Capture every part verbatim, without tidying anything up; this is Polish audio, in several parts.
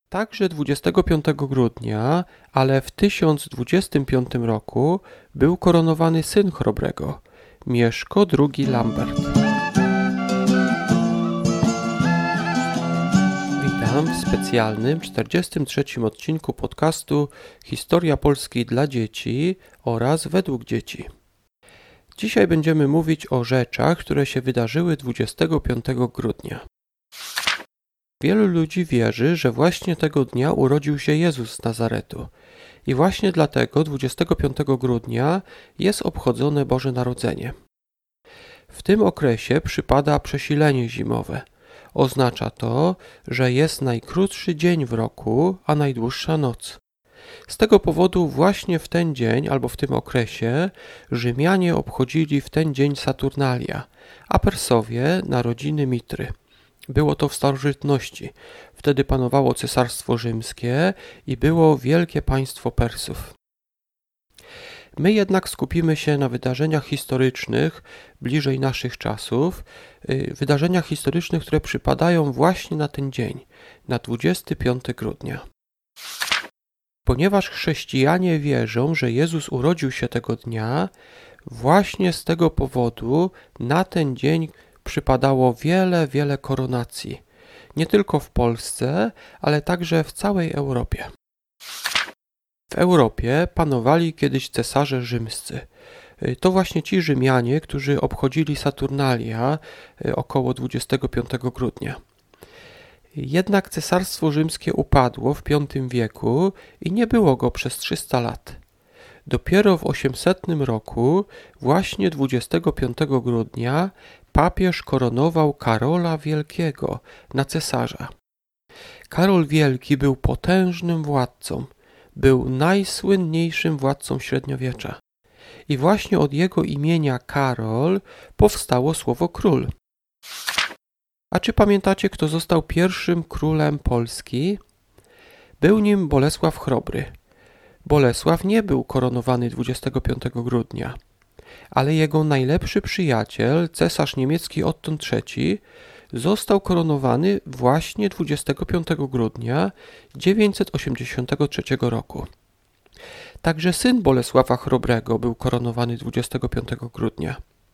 Także dwudziestego piątego grudnia, ale w tysiąc dwudziestym piątym roku był koronowany syn Chrobrego, Mieszko drugi Lambert. Witam w specjalnym czterdziestym trzecim odcinku podcastu Historia Polski dla dzieci oraz według dzieci. Dzisiaj będziemy mówić o rzeczach, które się wydarzyły dwudziestego piątego grudnia. Wielu ludzi wierzy, że właśnie tego dnia urodził się Jezus z Nazaretu i właśnie dlatego dwudziestego piątego grudnia jest obchodzone Boże Narodzenie. W tym okresie przypada przesilenie zimowe. Oznacza to, że jest najkrótszy dzień w roku, a najdłuższa noc. Z tego powodu właśnie w ten dzień albo w tym okresie Rzymianie obchodzili w ten dzień Saturnalia, a Persowie narodziny Mitry. Było to w starożytności. Wtedy panowało Cesarstwo Rzymskie i było wielkie państwo Persów. My jednak skupimy się na wydarzeniach historycznych bliżej naszych czasów, wydarzeniach historycznych, które przypadają właśnie na ten dzień, na dwudziestego piątego grudnia. Ponieważ chrześcijanie wierzą, że Jezus urodził się tego dnia, właśnie z tego powodu na ten dzień przypadało wiele, wiele koronacji. Nie tylko w Polsce, ale także w całej Europie. W Europie panowali kiedyś cesarze rzymscy. To właśnie ci Rzymianie, którzy obchodzili Saturnalia około dwudziestego piątego grudnia. Jednak cesarstwo rzymskie upadło w piątym wieku i nie było go przez trzysta lat. Dopiero w osiemsetnym roku, właśnie dwudziestego piątego grudnia, papież koronował Karola Wielkiego na cesarza. Karol Wielki był potężnym władcą, był najsłynniejszym władcą średniowiecza. I właśnie od jego imienia Karol powstało słowo król. A czy pamiętacie, kto został pierwszym królem Polski? Był nim Bolesław Chrobry. Bolesław nie był koronowany dwudziestego piątego grudnia, ale jego najlepszy przyjaciel, cesarz niemiecki Otton trzeci, został koronowany właśnie dwudziestego piątego grudnia dziewięćset osiemdziesiątego trzeciego roku. Także syn Bolesława Chrobrego był koronowany dwudziestego piątego grudnia.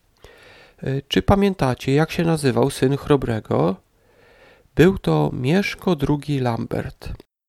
Czy pamiętacie, jak się nazywał syn Chrobrego? Był to Mieszko drugi Lambert.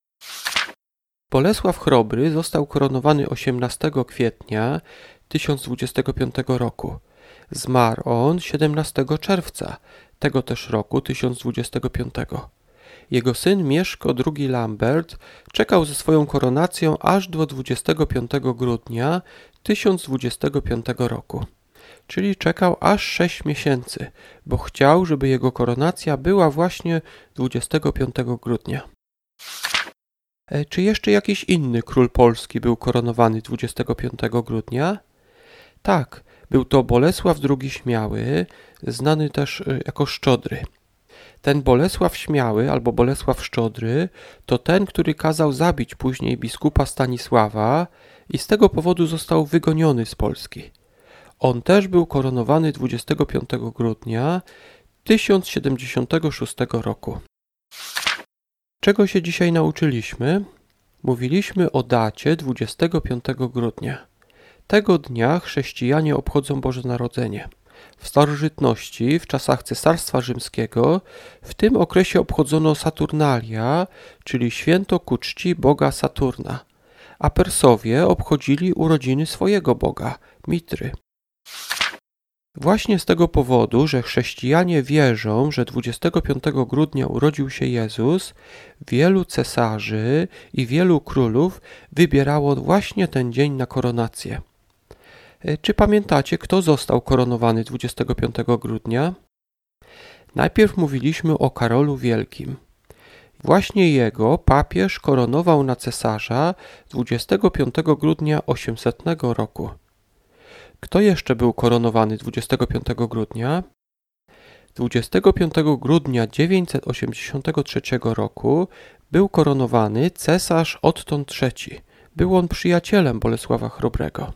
Bolesław Chrobry został koronowany osiemnastego kwietnia tysiąc dwudziestego piątego roku. Zmarł on siedemnastego czerwca tego też roku tysiąc dwudziestego piątego. Jego syn Mieszko drugi Lambert czekał ze swoją koronacją aż do dwudziestego piątego grudnia tysiąc dwudziestego piątego roku. Czyli czekał aż sześć miesięcy, bo chciał, żeby jego koronacja była właśnie dwudziestego piątego grudnia. Czy jeszcze jakiś inny król Polski był koronowany dwudziestego piątego grudnia? Tak, był to Bolesław drugi Śmiały, znany też jako Szczodry. Ten Bolesław Śmiały albo Bolesław Szczodry to ten, który kazał zabić później biskupa Stanisława i z tego powodu został wygoniony z Polski. On też był koronowany dwudziestego piątego grudnia tysiąc siedemdziesiątego szóstego roku. Czego się dzisiaj nauczyliśmy? Mówiliśmy o dacie dwudziestego piątego grudnia. Tego dnia chrześcijanie obchodzą Boże Narodzenie. W starożytności, w czasach Cesarstwa Rzymskiego, w tym okresie obchodzono Saturnalia, czyli święto ku czci boga Saturna, a Persowie obchodzili urodziny swojego boga, Mitry. Właśnie z tego powodu, że chrześcijanie wierzą, że dwudziestego piątego grudnia urodził się Jezus, wielu cesarzy i wielu królów wybierało właśnie ten dzień na koronację. Czy pamiętacie, kto został koronowany dwudziestego piątego grudnia? Najpierw mówiliśmy o Karolu Wielkim. Właśnie jego papież koronował na cesarza dwudziestego piątego grudnia osiemsetnego roku. Kto jeszcze był koronowany dwudziestego piątego grudnia? dwudziestego piątego grudnia dziewięćset osiemdziesiątego trzeciego roku był koronowany cesarz Otton trzeci. Był on przyjacielem Bolesława Chrobrego.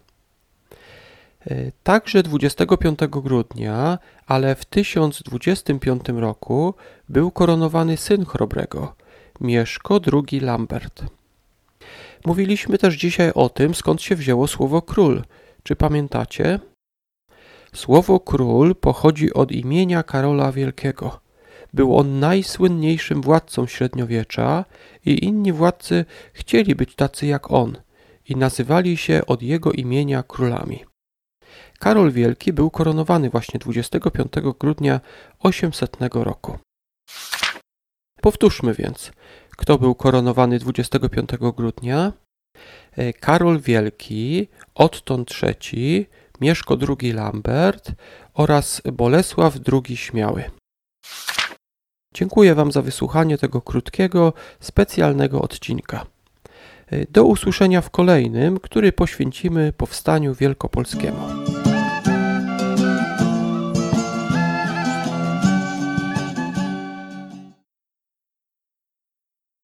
Także dwudziestego piątego grudnia, ale w tysiąc dwudziestym piątym roku był koronowany syn Chrobrego, Mieszko drugi Lambert. Mówiliśmy też dzisiaj o tym, skąd się wzięło słowo król. Czy pamiętacie? Słowo król pochodzi od imienia Karola Wielkiego. Był on najsłynniejszym władcą średniowiecza i inni władcy chcieli być tacy jak on i nazywali się od jego imienia królami. Karol Wielki był koronowany właśnie dwudziestego piątego grudnia osiemsetnego roku. Powtórzmy więc, kto był koronowany dwudziestego piątego grudnia? Karol Wielki, Otton trzeci, Mieszko drugi Lambert oraz Bolesław drugi Śmiały. Dziękuję Wam za wysłuchanie tego krótkiego, specjalnego odcinka. Do usłyszenia w kolejnym, który poświęcimy powstaniu wielkopolskiemu.